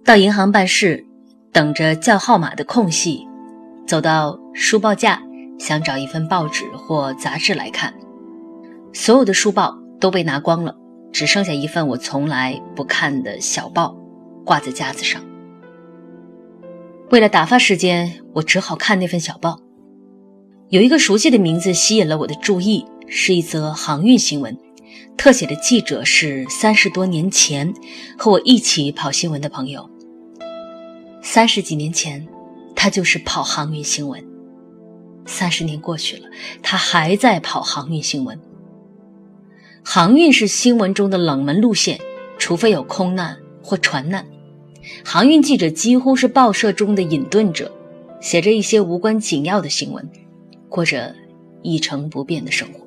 到银行办事，等着叫号码的空隙，走到书报架，想找一份报纸或杂志来看。所有的书报都被拿光了，只剩下一份我从来不看的小报挂在架子上。为了打发时间，我只好看那份小报。有一个熟悉的名字吸引了我的注意，是一则航运新闻，特写的记者是30多年前和我一起跑新闻的朋友。30几年前，他就是跑航运新闻。30年过去了，他还在跑航运新闻。航运是新闻中的冷门路线，除非有空难或船难。航运记者几乎是报社中的隐遁者，写着一些无关紧要的新闻，过着一成不变的生活。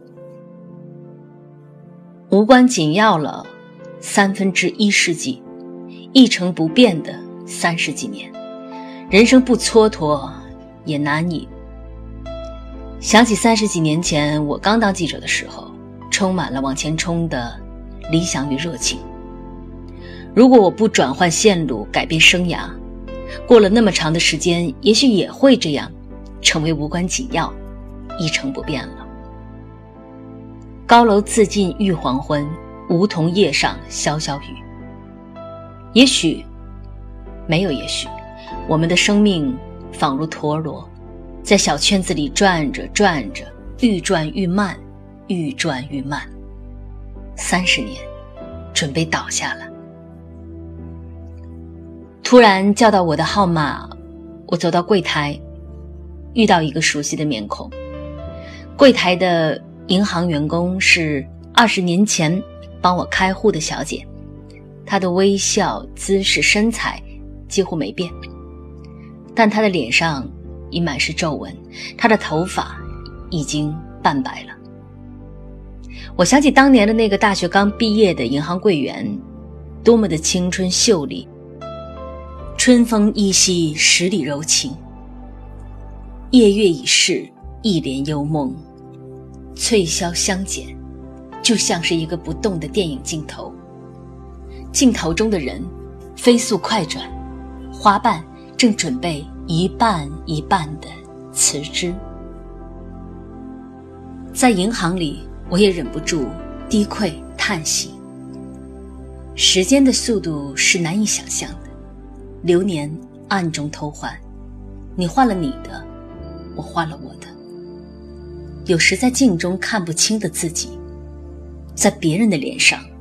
无关紧要了1/3世纪，一成不变的30几年，人生不蹉跎也难以。想起30几年前我刚当记者的时候，充满了往前冲的理想与热情。如果我不转换线路，改变生涯，过了那么长的时间，也许也会这样，成为无关紧要，一成不变了。高楼自尽欲黄昏，梧桐叶上潇潇雨。也许，没有也许，我们的生命仿如陀螺，在小圈子里转着转着，愈转愈慢，愈转愈慢。30年，准备倒下了。突然叫到我的号码，我走到柜台，遇到一个熟悉的面孔。柜台的银行员工是20年前帮我开户的小姐，她的微笑、姿势、身材几乎没变，但她的脸上已满是皱纹，她的头发已经半白了。我想起当年的那个大学刚毕业的银行柜员，多么的青春秀丽，春风依稀十里柔情，夜月已逝，一帘幽梦，翠箫相减，就像是一个不动的电影镜头。镜头中的人飞速快转，花瓣正准备一瓣一瓣的辞枝。在银行里，我也忍不住低喟叹息。时间的速度是难以想象的，流年暗中偷换，你换了你的，我换了我的。有时在镜中看不清的自己，在别人的脸上